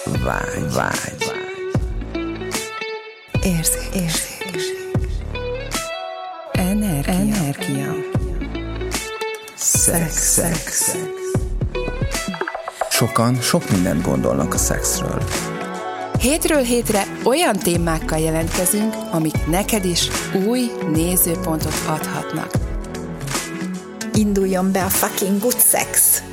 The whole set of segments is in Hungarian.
Vágy. Érzék. Energia. Szex. Sokan sok mindent gondolnak a szexről. Hétről hétre olyan témákkal jelentkezünk, amik neked is új nézőpontot adhatnak. Induljon be a fucking good sex!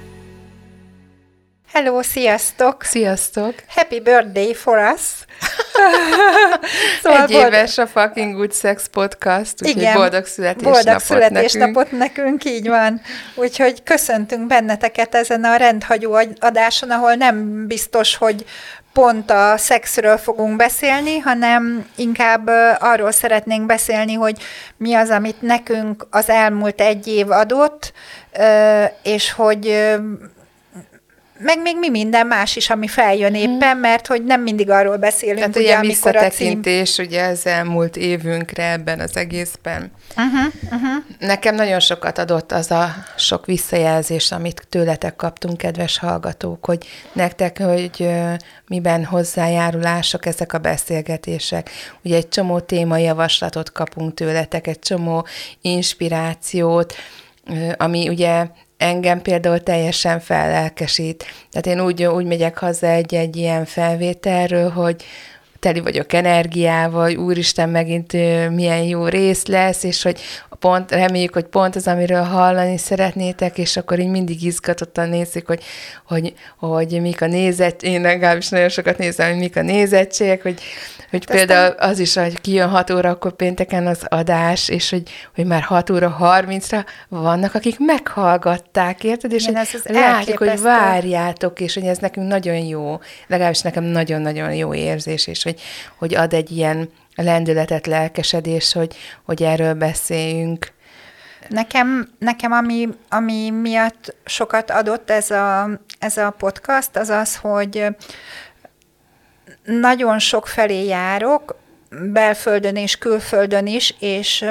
Hello, sziasztok! Sziasztok! Happy birthday for us! Szóval egy éves a Fucking Good Sex Podcast, úgyhogy boldog születésnapot nekünk, így van. Úgyhogy köszöntünk benneteket ezen a rendhagyó adáson, ahol nem biztos, hogy pont a szexről fogunk beszélni, hanem inkább arról szeretnénk beszélni, hogy mi az, amit nekünk az elmúlt egy év adott, és hogy meg még mi minden más is, ami feljön éppen, mert hogy nem mindig arról beszélünk. Tehát ugye visszatekintés ugye az elmúlt évünkre ebben az egészben. Nekem nagyon sokat adott az a sok visszajelzés, amit tőletek kaptunk, kedves hallgatók, hogy nektek, hogy miben hozzájárulások ezek a beszélgetések. Ugye egy csomó témajavaslatot kapunk tőletek, egy csomó inspirációt, ami ugye engem például teljesen fellelkesít. Tehát én úgy megyek haza egy ilyen felvételről, hogy teli vagyok energiával, úristen, megint milyen jó rész lesz, és hogy reméljük, hogy pont az, amiről hallani szeretnétek, és akkor így mindig izgatottan nézzük, hogy mik a én legalábbis nagyon sokat nézem, hogy mik a nézettségek, hogy például az is, hogy kijön 6 óra, akkor pénteken az adás, és hogy már 6 óra 30-ra vannak, akik meghallgatták, érted? És látjuk, hogy várjátok, és hogy ez nekünk nagyon jó, legalábbis nekem nagyon-nagyon jó érzés, és hogy ad egy ilyen lendületet, lelkesedés, hogy erről beszéljünk. Nekem ami miatt sokat adott ez a podcast, az az, hogy nagyon sok felé járok, belföldön és külföldön is, és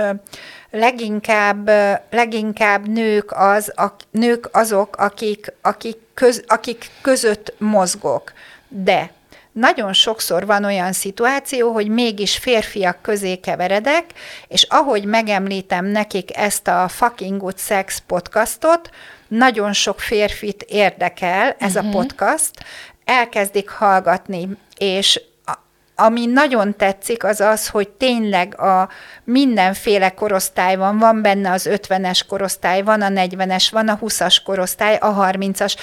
leginkább nők azok, akik között mozgok. De nagyon sokszor van olyan szituáció, hogy mégis férfiak közé keveredek, és ahogy megemlítem nekik ezt a Fucking Good Sex podcastot, nagyon sok férfit érdekel ez a podcast, elkezdik hallgatni, és ami nagyon tetszik, az az, hogy tényleg a mindenféle korosztály van benne az 50-es korosztály, van a 40-es, van a 20-as korosztály, a 30-as,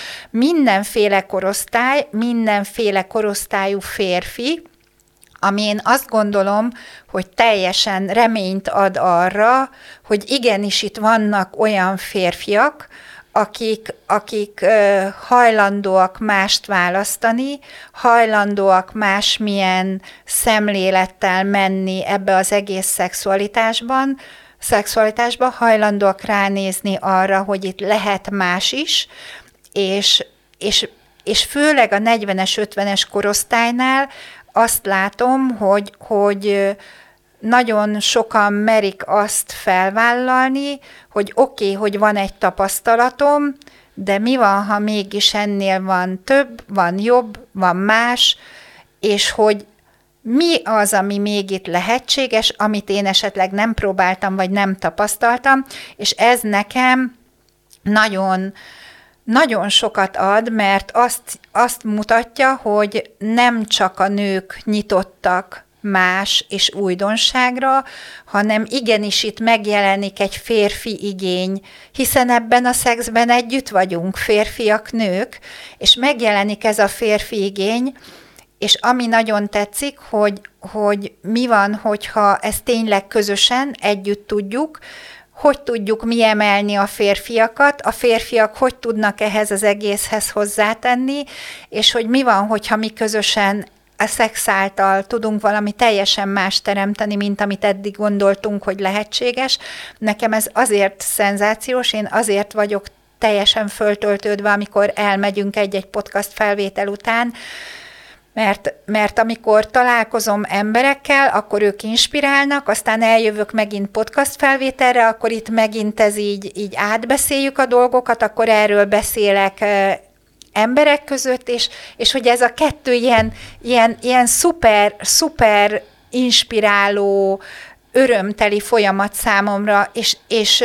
mindenféle korosztályú férfi, ami én azt gondolom, hogy teljesen reményt ad arra, hogy igenis itt vannak olyan férfiak, akik hajlandóak mást választani, hajlandóak másmilyen szemlélettel menni ebbe az egész szexualitásba, hajlandóak ránézni arra, hogy itt lehet más is, és főleg a 40-es, 50-es korosztálynál azt látom, hogy nagyon sokan merik azt felvállalni, hogy oké, hogy van egy tapasztalatom, de mi van, ha mégis ennél van több, van jobb, van más, és hogy mi az, ami még itt lehetséges, amit én esetleg nem próbáltam, vagy nem tapasztaltam, és ez nekem nagyon, nagyon sokat ad, mert azt mutatja, hogy nem csak a nők nyitottak más és újdonságra, hanem igenis itt megjelenik egy férfi igény, hiszen ebben a szexben együtt vagyunk, férfiak, nők, és megjelenik ez a férfi igény, és ami nagyon tetszik, hogy mi van, hogyha ezt tényleg közösen együtt tudjuk, hogy tudjuk mi emelni a férfiakat, a férfiak hogy tudnak ehhez az egészhez hozzátenni, és hogy mi van, hogyha mi közösen a szex által tudunk valami teljesen más teremteni, mint amit eddig gondoltunk, hogy lehetséges. Nekem ez azért szenzációs, én azért vagyok teljesen föltöltődve, amikor elmegyünk egy-egy podcast felvétel után, mert amikor találkozom emberekkel, akkor ők inspirálnak, aztán eljövök megint podcast felvételre, akkor itt megint ez így átbeszéljük a dolgokat, akkor erről beszélek emberek között, és hogy ez a kettő ilyen szuper inspiráló, örömteli folyamat számomra, és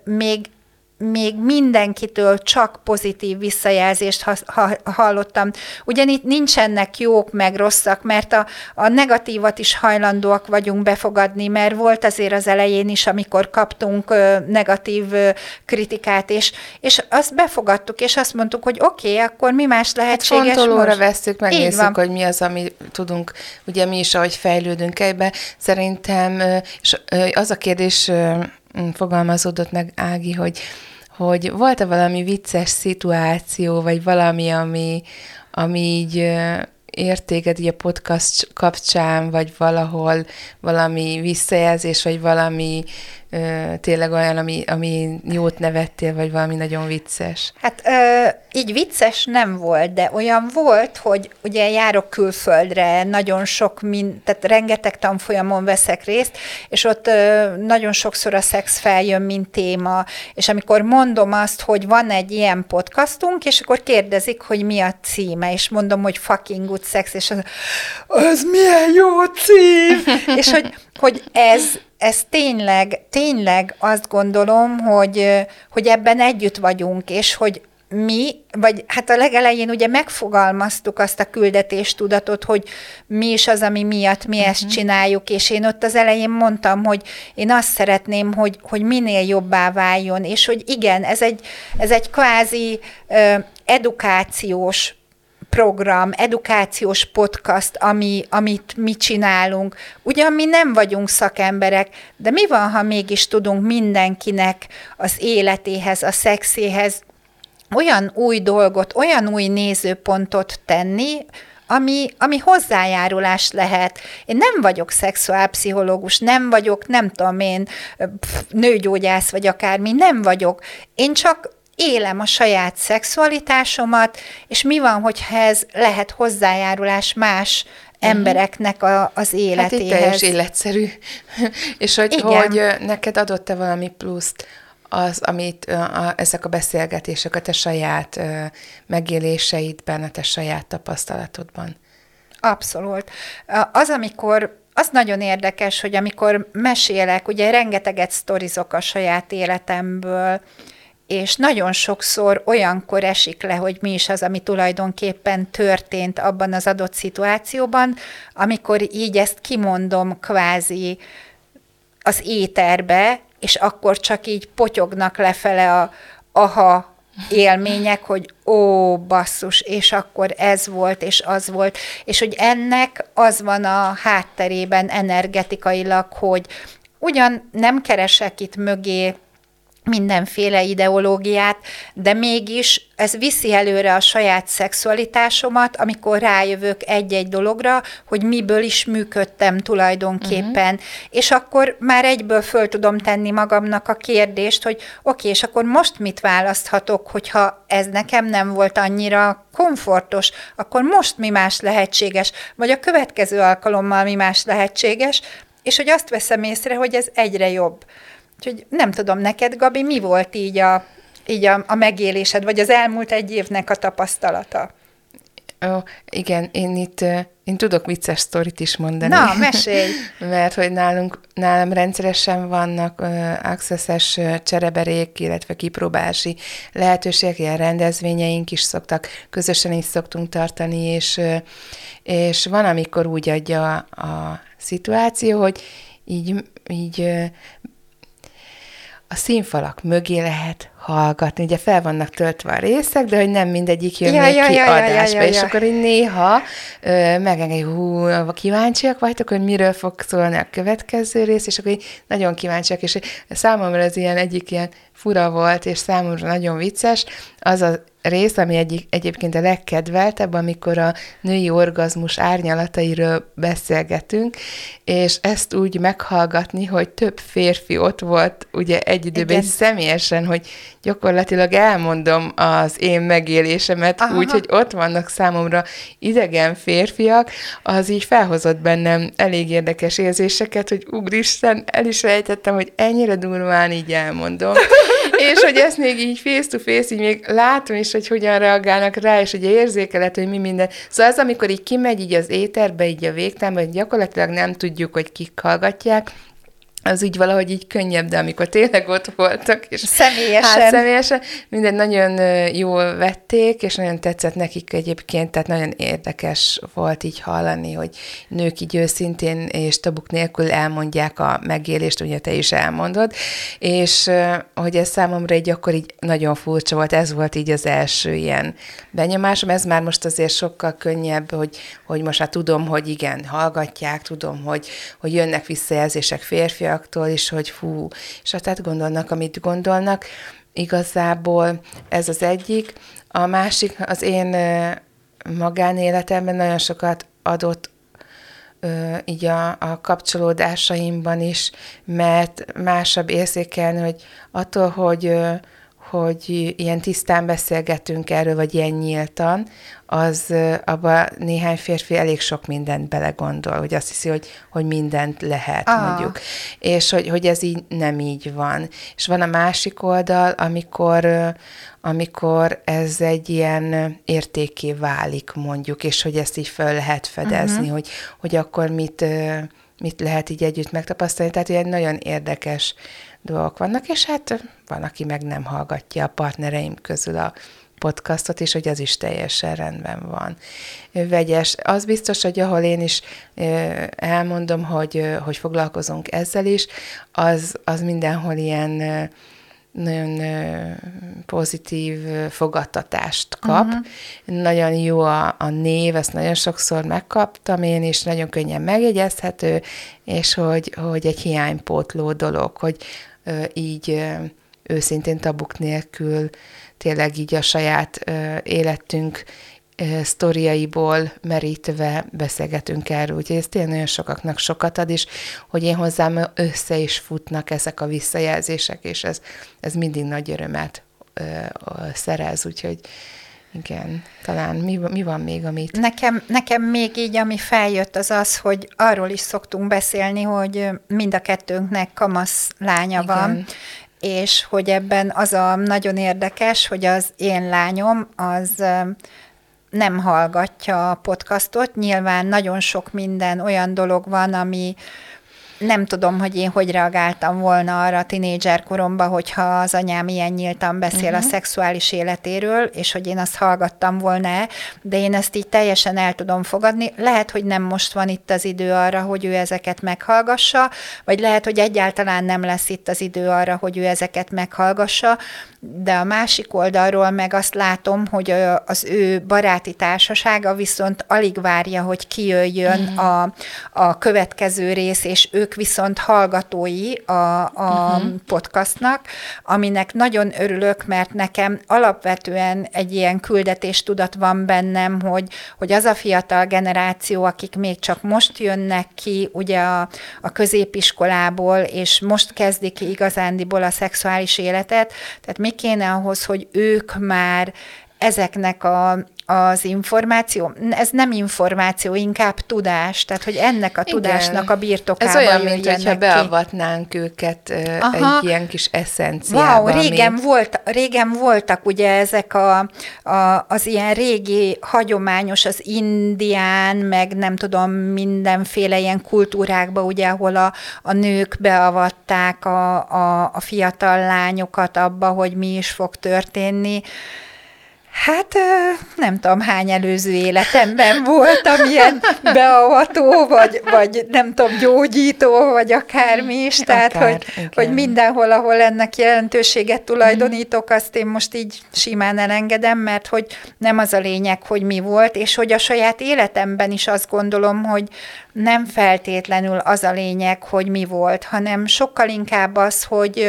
még mindenkitől csak pozitív visszajelzést hallottam. Ugyan itt nincsenek jók meg rosszak, mert a negatívat is hajlandóak vagyunk befogadni, mert volt azért az elején is, amikor kaptunk negatív kritikát, és azt befogadtuk, és azt mondtuk, hogy oké, akkor mi más lehetséges most? Fontolóra vesszük, megnézzük, hogy mi az, ami tudunk, ugye mi is, ahogy fejlődünk ebbe. Szerintem, és az a kérdés fogalmazódott meg, Ági, hogy volt-e valami vicces szituáció, vagy valami, ami így értéked így a podcast kapcsán, vagy valahol valami visszajelzés, vagy valami tényleg olyan, ami jót nevettél, vagy valami nagyon vicces? Hát így vicces nem volt, de olyan volt, hogy ugye járok külföldre, nagyon sok, tehát rengeteg tanfolyamon veszek részt, és ott nagyon sokszor a szex feljön, mint téma, és amikor mondom azt, hogy van egy ilyen podcastunk, és akkor kérdezik, hogy mi a címe, és mondom, hogy Fucking Good Sex, és az milyen jó cím! És hogy ez tényleg azt gondolom, hogy ebben együtt vagyunk, és hogy mi, vagy hát a legelején ugye megfogalmaztuk azt a küldetéstudatot, hogy mi is az, ami miatt mi ezt csináljuk, és én ott az elején mondtam, hogy én azt szeretném, hogy minél jobbá váljon, és hogy igen, ez egy kvázi edukációs program, edukációs podcast, amit mi csinálunk. Ugyan mi nem vagyunk szakemberek, de mi van, ha mégis tudunk mindenkinek az életéhez, a szexéhez olyan új dolgot, olyan új nézőpontot tenni, ami hozzájárulás lehet. Én nem vagyok szexuálpszichológus, nem vagyok, nem tudom én, nőgyógyász vagy akármi, nem vagyok. Én csak élem a saját szexualitásomat, és mi van, hogyha ez lehet hozzájárulás más embereknek az életéhez. Hát itt teljes életszerű. És hogy neked adott-e valami pluszt az, amit ezek a beszélgetések a te saját megéléseidben, a te saját tapasztalatodban? Abszolút. Az nagyon érdekes, hogy amikor mesélek, ugye rengeteget sztorizok a saját életemből, és nagyon sokszor olyankor esik le, hogy mi is az, ami tulajdonképpen történt abban az adott szituációban, amikor így ezt kimondom kvázi az éterbe, és akkor csak így potyognak lefele a aha élmények, hogy ó, basszus, és akkor ez volt, és az volt, és hogy ennek az van a hátterében energetikailag, hogy ugyan nem keresek itt mögé mindenféle ideológiát, de mégis ez viszi előre a saját szexualitásomat, amikor rájövök egy-egy dologra, hogy miből is működtem tulajdonképpen. És akkor már egyből föl tudom tenni magamnak a kérdést, hogy oké, és akkor most mit választhatok, hogyha ez nekem nem volt annyira komfortos, akkor most mi más lehetséges, vagy a következő alkalommal mi más lehetséges, és hogy azt veszem észre, hogy ez egyre jobb. Úgyhogy nem tudom, neked, Gabi, mi volt így a megélésed, vagy az elmúlt egy évnek a tapasztalata? Igen, én tudok vicces sztorit is mondani. Na, mesélj! Mert hogy nálam rendszeresen vannak access-es csereberék, illetve kipróbálási lehetőségek, ilyen rendezvényeink is szoktak, közösen is szoktunk tartani, és van, amikor úgy adja a szituáció, hogy így a színfalak mögé lehet hallgatni. Ugye fel vannak töltve a részek, de hogy nem mindegyik jön még ki adásba. És akkor így néha megengedjük, kíváncsiak vagytok, hogy miről fog szólni a következő rész, és akkor így nagyon kíváncsiak, és számomra ez egyik ilyen fura volt, és számomra nagyon vicces, az a rész, ami egyébként a legkedveltebb, amikor a női orgazmus árnyalatairól beszélgetünk, és ezt úgy meghallgatni, hogy több férfi ott volt, ugye egy időben is személyesen, hogy gyakorlatilag elmondom az én megélésemet, úgy, hogy ott vannak számomra idegen férfiak, az így felhozott bennem elég érdekes érzéseket, hogy úristen, el is rejtettem, hogy ennyire durván így elmondom. És hogy ezt még így face to face, így még látom is, hogy hogyan reagálnak rá, és ugye érzékelet, hogy mi minden. Szóval az, amikor így kimegy így az éterbe, így a végtelenbe, hogy gyakorlatilag nem tudjuk, hogy kik hallgatják, az úgy valahogy így könnyebb, de amikor tényleg ott voltak, és személyesen, minden nagyon jól vették, és nagyon tetszett nekik egyébként, tehát nagyon érdekes volt így hallani, hogy nők így őszintén és tabuk nélkül elmondják a megélést, ugye te is elmondod, és hogy ez számomra így akkor így nagyon furcsa volt, ez volt így az első ilyen benyomásom, ez már most azért sokkal könnyebb, hogy most már tudom, hogy igen, hallgatják, tudom, hogy jönnek visszajelzések férfiak, is, hogy fú, és tehát gondolnak, amit gondolnak. Igazából ez az egyik. A másik, az én magánéletemben nagyon sokat adott így a kapcsolódásaimban is, mert másabb érzékelni, hogy attól, hogy ilyen tisztán beszélgetünk erről, vagy ilyen nyíltan, az abban néhány férfi elég sok mindent belegondol, hogy azt hiszi, hogy mindent lehet, mondjuk. És hogy ez így nem így van. És van a másik oldal, amikor ez egy ilyen értékké válik, mondjuk, és hogy ezt így fel lehet fedezni, hogy akkor mit lehet így együtt megtapasztalni. Tehát ilyen nagyon érdekes dolgok vannak, és hát van, aki meg nem hallgatja a partnereim közül a podcastot is, hogy az is teljesen rendben van. Vegyes. Az biztos, hogy ahol én is elmondom, hogy foglalkozunk ezzel is, az mindenhol ilyen nagyon pozitív fogadtatást kap. Nagyon jó a név, ezt nagyon sokszor megkaptam én is, nagyon könnyen megjegyezhető, és hogy egy hiánypótló dolog, hogy így őszintén tabuk nélkül tényleg így a saját életünk sztoriaiból merítve beszélgetünk erről. Úgyhogy ez tényleg nagyon sokaknak sokat ad is, hogy én hozzám össze is futnak ezek a visszajelzések, és ez mindig nagy örömet szerez, úgyhogy igen, talán mi van még, amit... Nekem még így, ami feljött, az, hogy arról is szoktunk beszélni, hogy mind a kettőnknek kamasz lánya van, és hogy ebben az a nagyon érdekes, hogy az én lányom az nem hallgatja a podcastot. Nyilván nagyon sok minden olyan dolog van, ami nem tudom, hogy én hogy reagáltam volna arra a tinédzser koromban, hogyha az anyám ilyen nyíltan beszél a szexuális életéről, és hogy én azt hallgattam volna, de én ezt így teljesen el tudom fogadni. Lehet, hogy nem most van itt az idő arra, hogy ő ezeket meghallgassa, vagy lehet, hogy egyáltalán nem lesz itt az idő arra, hogy ő ezeket meghallgassa, de a másik oldalról meg azt látom, hogy az ő baráti társasága viszont alig várja, hogy kijöjjön a következő rész, és ők viszont hallgatói a podcastnak, aminek nagyon örülök, mert nekem alapvetően egy ilyen küldetéstudat van bennem, hogy az a fiatal generáció, akik még csak most jönnek ki ugye a középiskolából, és most kezdik ki igazándiból a szexuális életet, tehát mi kéne ahhoz, hogy ők már ezeknek az információ, ez nem információ, inkább tudás, tehát hogy ennek a tudásnak a birtokába ez olyan, jöjjenek mint hogyha ki. beavatnánk őket egy ilyen kis eszenciába. Wow, régen voltak ugye ezek az ilyen régi, hagyományos, az indián, meg nem tudom, mindenféle ilyen kultúrákba, ugye, ahol a nők beavatták a fiatal lányokat abba, hogy mi is fog történni. Hát nem tudom, hány előző életemben voltam ilyen beavató, vagy nem tudom, gyógyító, vagy akármi is, tehát hogy mindenhol, ahol ennek jelentőséget tulajdonítok, azt én most így simán elengedem, mert hogy nem az a lényeg, hogy mi volt, és hogy a saját életemben is azt gondolom, hogy nem feltétlenül az a lényeg, hogy mi volt, hanem sokkal inkább az, hogy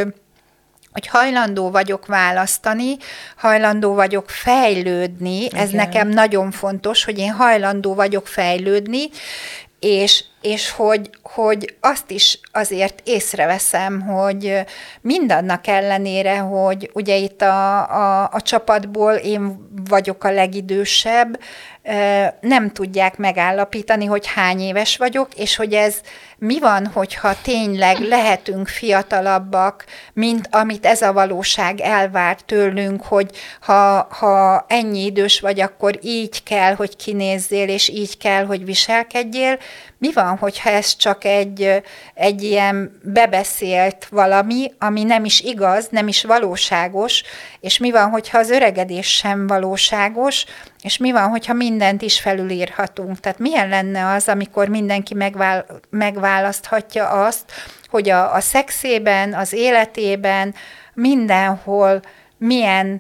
hajlandó vagyok választani, hajlandó vagyok fejlődni, ez nekem nagyon fontos, hogy én hajlandó vagyok fejlődni, és hogy azt is azért észreveszem, hogy mindannak ellenére, hogy ugye itt a csapatból én vagyok a legidősebb, nem tudják megállapítani, hogy hány éves vagyok, és hogy ez mi van, hogyha tényleg lehetünk fiatalabbak, mint amit ez a valóság elvár tőlünk, hogy ha ennyi idős vagy, akkor így kell, hogy kinézzél, és így kell, hogy viselkedjél. Mi van, hogyha ez csak egy ilyen bebeszélt valami, ami nem is igaz, nem is valóságos, és mi van, hogyha az öregedés sem valóságos, és mi van, hogyha mindent is felülírhatunk? Tehát milyen lenne az, amikor mindenki megválaszthatja azt, hogy a szexében, az életében, mindenhol milyen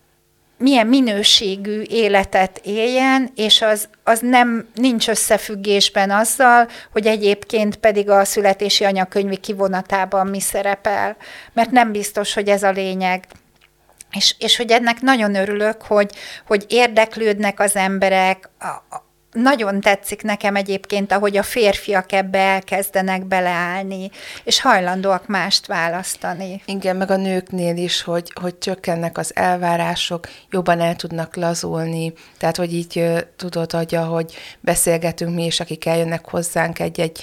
minőségű életet éljen, és az nincs összefüggésben azzal, hogy egyébként pedig a születési anyakönyvi kivonatában mi szerepel. Mert nem biztos, hogy ez a lényeg. És hogy ennek nagyon örülök, hogy érdeklődnek az emberek. Nagyon tetszik nekem egyébként, ahogy a férfiak ebbe elkezdenek beleállni, és hajlandóak mást választani. Igen, meg a nőknél is, hogy csökkennek az elvárások, jobban el tudnak lazulni, tehát hogy így tudod, hogy beszélgetünk mi is, akik eljönnek hozzánk egy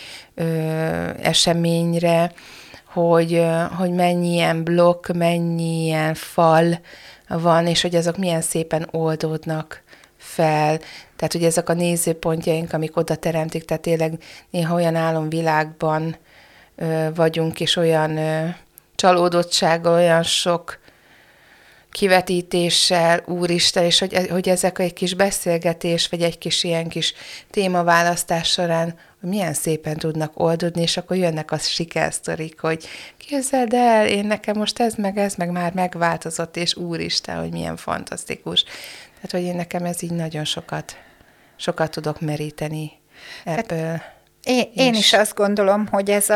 eseményre, hogy mennyi ilyen blokk, mennyi ilyen fal van, és hogy azok milyen szépen oldódnak fel. Tehát, hogy ezek a nézőpontjaink, amik oda teremtik, tehát tényleg néha olyan álomvilágban vagyunk, és olyan csalódottsággal, olyan sok kivetítéssel, úristen, és hogy ezek egy kis beszélgetés, vagy egy kis ilyen kis témaválasztás során milyen szépen tudnak oldódni, és akkor jönnek a sikersztorik, hogy képzeld el, nekem most ez meg már megváltozott, és úristen, hogy milyen fantasztikus. Tehát, hogy nekem ez így nagyon sokat tudok meríteni ebből. Én is azt gondolom, hogy ez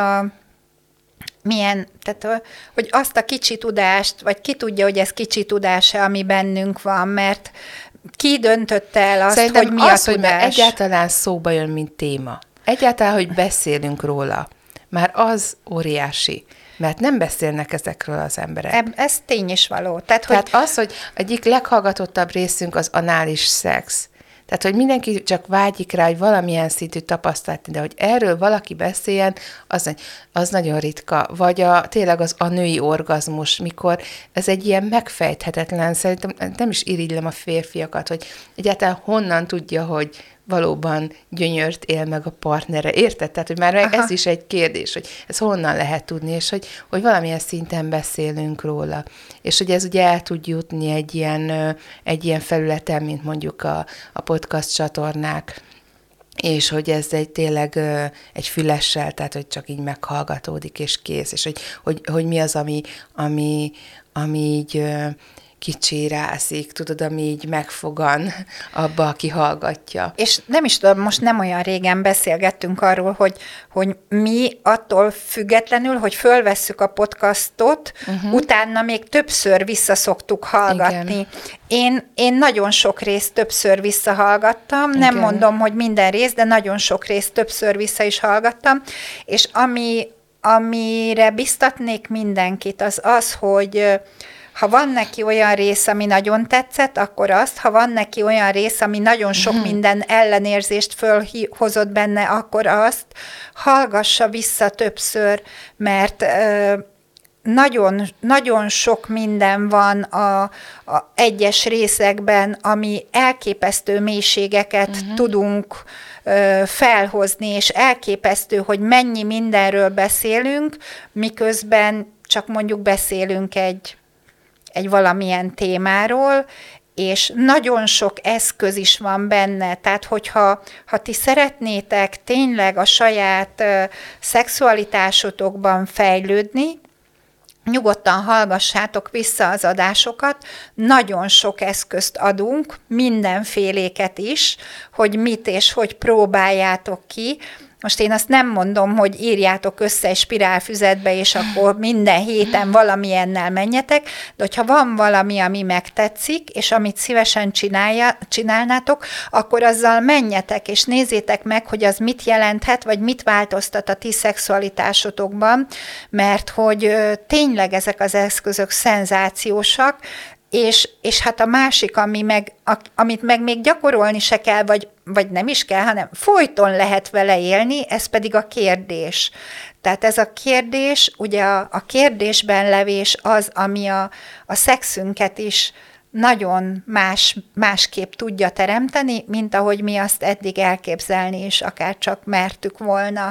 tehát, hogy azt a kicsi tudást, vagy ki tudja, hogy ez kicsi tudása, ami bennünk van, mert ki döntötte el azt, szerintem hogy mi a tudás? Hogy egyáltalán szóba jön, mint téma. Egyáltalán, hogy beszélünk róla. Már az óriási. Mert nem beszélnek ezekről az emberek. Ez tény is való. Tehát az, hogy egyik leghallgatottabb részünk az anális szex. Tehát, hogy mindenki csak vágyik rá, hogy valamilyen szintű tapasztalat, de hogy erről valaki beszéljen, az nagyon ritka. Vagy tényleg a női orgazmus, mikor ez egy ilyen megfejthetetlen, szerintem nem is irigylem a férfiakat, hogy egyáltalán honnan tudja, hogy valóban gyönyört él meg a partnere. Érted? Tehát, hogy már ez is egy kérdés, hogy ez honnan lehet tudni, és hogy valamilyen szinten beszélünk róla. És hogy ez ugye el tud jutni egy ilyen felületen, mint mondjuk a podcast csatornák, és hogy ez tényleg egy fülessel, tehát hogy csak így meghallgatódik, és kész, és hogy mi az, ami így kicsírászik, tudod, ami így megfogan abba, aki hallgatja. És nem is tudom, most nem olyan régen beszélgettünk arról, hogy mi attól függetlenül, hogy fölvesszük a podcastot, utána még többször visszaszoktuk hallgatni. Én nagyon sok részt többször visszahallgattam, nem mondom, hogy minden rész, de nagyon sok részt többször vissza is hallgattam, és amire biztatnék mindenkit, az, hogy ha van neki olyan rész, ami nagyon tetszett, akkor azt, ha van neki olyan rész, ami nagyon sok minden ellenérzést fölhozott benne, akkor azt hallgassa vissza többször, mert nagyon, nagyon sok minden van a egyes részekben, ami elképesztő mélységeket tudunk felhozni, és elképesztő, hogy mennyi mindenről beszélünk, miközben csak mondjuk beszélünk egy valamilyen témáról, és nagyon sok eszköz is van benne. Tehát, hogyha ti szeretnétek tényleg a saját szexualitásotokban fejlődni, nyugodtan hallgassátok vissza az adásokat, nagyon sok eszközt adunk, mindenféléket is, hogy mit és hogy próbáljátok ki, Most én azt nem mondom, hogy írjátok össze egy spirálfüzetbe, és akkor minden héten valamilyennel menjetek, de hogyha van valami, ami megtetszik, és amit szívesen csinálnátok, akkor azzal menjetek, és nézzétek meg, hogy az mit jelenthet, vagy mit változtat a ti szexualitásotokban, mert hogy tényleg ezek az eszközök szenzációsak, és hát a másik, amit meg még gyakorolni se kell, vagy nem is kell, hanem folyton lehet vele élni, ez pedig a kérdés. Tehát ez a kérdés, ugye a kérdésben levés az, ami a szexünket is nagyon másképp tudja teremteni, mint ahogy mi azt eddig elképzelni is, akár csak mertük volna.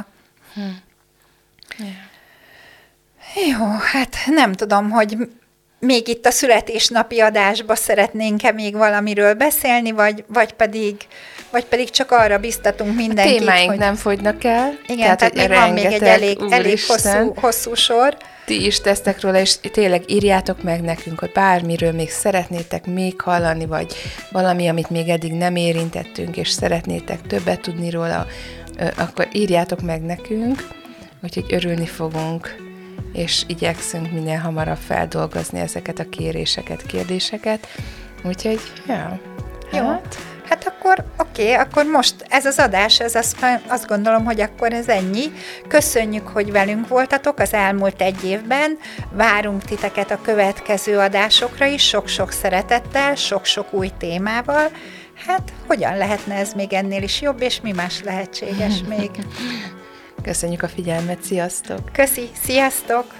Jó, hát nem tudom, hogy még itt a születésnapi adásba szeretnénk-e még valamiről beszélni, vagy pedig csak arra biztatunk mindenkit, a témáink nem fogynak el. Igen, tehát még van még egy elég hosszú sor. Ti is tesztek róla, és tényleg írjátok meg nekünk, hogy bármiről még szeretnétek még hallani, vagy valami, amit még eddig nem érintettünk, és szeretnétek többet tudni róla, akkor írjátok meg nekünk, úgyhogy örülni fogunk, és igyekszünk minél hamarabb feldolgozni ezeket a kéréseket, kérdéseket. Úgyhogy, ja. Jó. Hát akkor oké, akkor most ez az adás, azt gondolom, hogy akkor ez ennyi. Köszönjük, hogy velünk voltatok az elmúlt egy évben. Várunk titeket a következő adásokra is, sok-sok szeretettel, sok-sok új témával. Hát hogyan lehetne ez még ennél is jobb, és mi más lehetséges még? Köszönjük a figyelmet, sziasztok! Köszi, sziasztok!